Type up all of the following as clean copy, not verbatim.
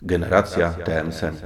Generacja TM-Semik.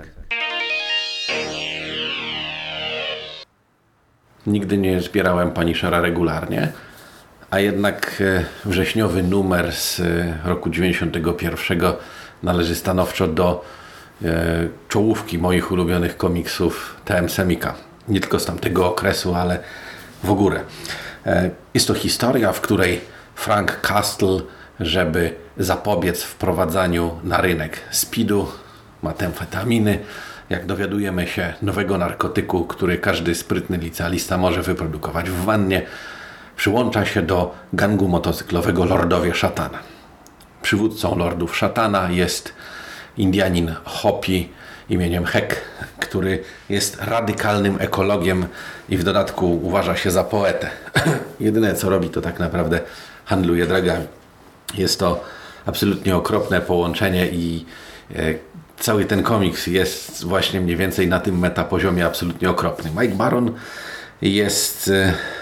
Nigdy nie zbierałem Punishera regularnie, a jednak wrześniowy numer z roku 91 należy stanowczo do czołówki moich ulubionych komiksów TM-Semika. Nie tylko z tamtego okresu, ale w ogóle. Jest to historia, w której Frank Castle, żeby zapobiec wprowadzaniu na rynek speedu, metamfetaminy, jak dowiadujemy się, nowego narkotyku, który każdy sprytny licealista może wyprodukować w wannie, przyłącza się do gangu motocyklowego Lordowie Szatana. Przywódcą Lordów Szatana jest Indianin Hopi imieniem Heck, który jest radykalnym ekologiem i w dodatku uważa się za poetę. Jedyne co robi, to tak naprawdę handluje dragami. Jest to absolutnie okropne połączenie i cały ten komiks jest właśnie mniej więcej na tym metapoziomie absolutnie okropny. Mike Baron jest,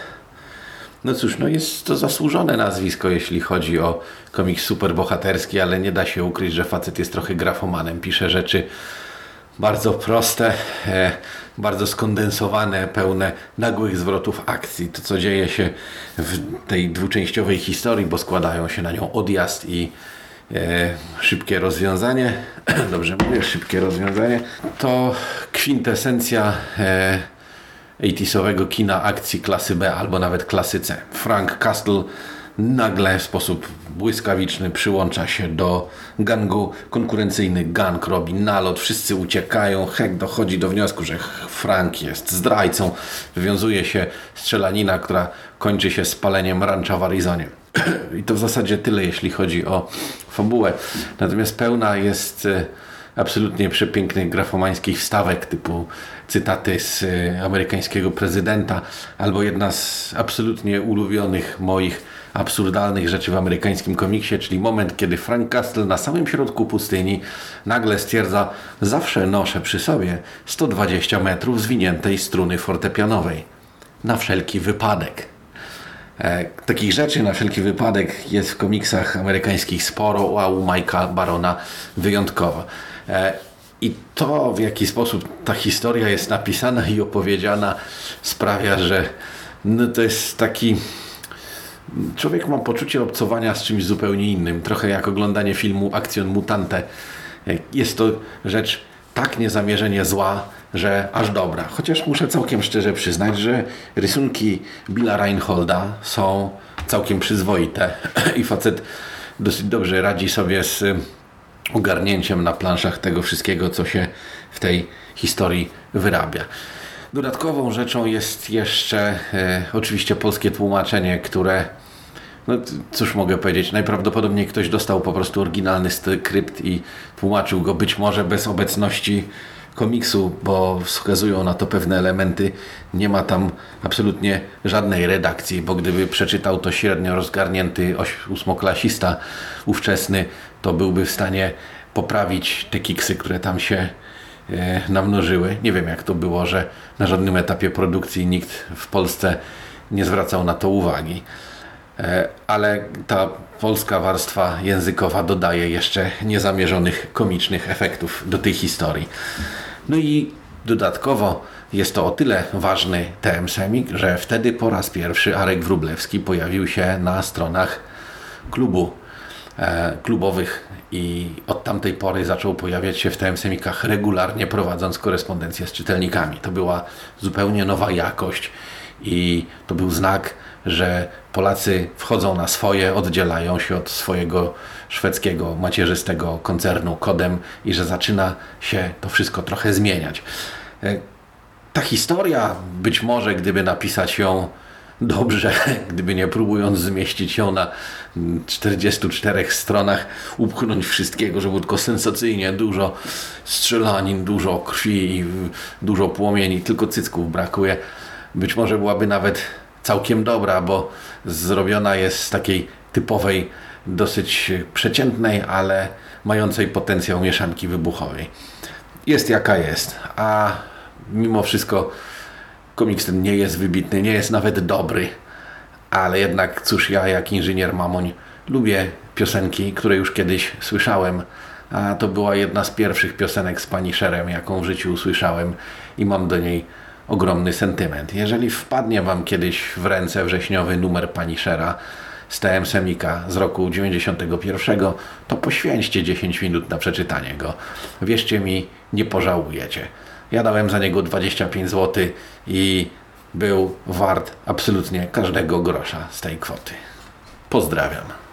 no cóż, no jest to zasłużone nazwisko, jeśli chodzi o komiks superbohaterski, ale nie da się ukryć, że facet jest trochę grafomanem. Pisze rzeczy bardzo proste, bardzo skondensowane, pełne nagłych zwrotów akcji. To, co dzieje się w tej dwuczęściowej historii, bo składają się na nią odjazd i szybkie rozwiązanie. Dobrze mówię, szybkie rozwiązanie. To kwintesencja 80-owego kina akcji klasy B albo nawet klasy C. Frank Castle nagle w sposób błyskawiczny przyłącza się do gangu. Konkurencyjny gang robi nalot, wszyscy uciekają. Heck dochodzi do wniosku, że Frank jest zdrajcą. Wywiązuje się strzelanina, która kończy się spaleniem rancha w Arizonie. I to w zasadzie tyle, jeśli chodzi o fabułę. Natomiast pełna jest absolutnie przepięknych grafomańskich wstawek typu cytaty z amerykańskiego prezydenta albo jedna z absolutnie ulubionych moich absurdalnych rzeczy w amerykańskim komiksie, czyli moment, kiedy Frank Castle na samym środku pustyni nagle stwierdza: zawsze noszę przy sobie 120 metrów zwiniętej struny fortepianowej. Na wszelki wypadek. Takich rzeczy na wszelki wypadek jest w komiksach amerykańskich sporo, a u Mike'a Barona wyjątkowo. I to, w jaki sposób ta historia jest napisana i opowiedziana, sprawia, że no to jest taki... Człowiek ma poczucie obcowania z czymś zupełnie innym. Trochę jak oglądanie filmu Akcjon Mutante. Jest to rzecz tak niezamierzenie zła, że aż dobra. Chociaż muszę całkiem szczerze przyznać, że rysunki Billa Reinholda są całkiem przyzwoite i facet dosyć dobrze radzi sobie z ogarnięciem na planszach tego wszystkiego, co się w tej historii wyrabia. Dodatkową rzeczą jest jeszcze oczywiście polskie tłumaczenie, które, no cóż mogę powiedzieć, najprawdopodobniej ktoś dostał po prostu oryginalny skrypt i tłumaczył go być może bez obecności komiksu, bo wskazują na to pewne elementy. Nie ma tam absolutnie żadnej redakcji, bo gdyby przeczytał to średnio rozgarnięty ósmoklasista ówczesny, to byłby w stanie poprawić te kiksy, które tam się namnożyły. Nie wiem jak to było, że na żadnym etapie produkcji nikt w Polsce nie zwracał na to uwagi. Ale ta polska warstwa językowa dodaje jeszcze niezamierzonych komicznych efektów do tej historii. No i dodatkowo jest to o tyle ważny TM-Semik, że wtedy po raz pierwszy Arek Wróblewski pojawił się na stronach klubowych i od tamtej pory zaczął pojawiać się w TM-Semikach regularnie, prowadząc korespondencję z czytelnikami. To była zupełnie nowa jakość i to był znak, że Polacy wchodzą na swoje, oddzielają się od swojego szwedzkiego, macierzystego koncernu Kodem i że zaczyna się to wszystko trochę zmieniać. Ta historia, być może gdyby napisać ją dobrze, gdyby nie próbując zmieścić ją na 44 stronach, upchnąć wszystkiego, żeby było tylko sensacyjnie dużo strzelanin, dużo krwi, dużo płomieni, tylko cycków brakuje. Być może byłaby nawet całkiem dobra, bo zrobiona jest z takiej typowej, dosyć przeciętnej, ale mającej potencjał mieszanki wybuchowej. Jest jaka jest, a mimo wszystko komiks ten nie jest wybitny, nie jest nawet dobry, ale jednak cóż, ja jak inżynier Mamoń lubię piosenki, które już kiedyś słyszałem, a to była jedna z pierwszych piosenek z Punisherem, jaką w życiu usłyszałem i mam do niej ogromny sentyment. Jeżeli wpadnie Wam kiedyś w ręce wrześniowy numer Punishera z TM Semika z roku 91, to poświęćcie 10 minut na przeczytanie go. Wierzcie mi, nie pożałujecie. Ja dałem za niego 25 zł i był wart absolutnie każdego grosza z tej kwoty. Pozdrawiam.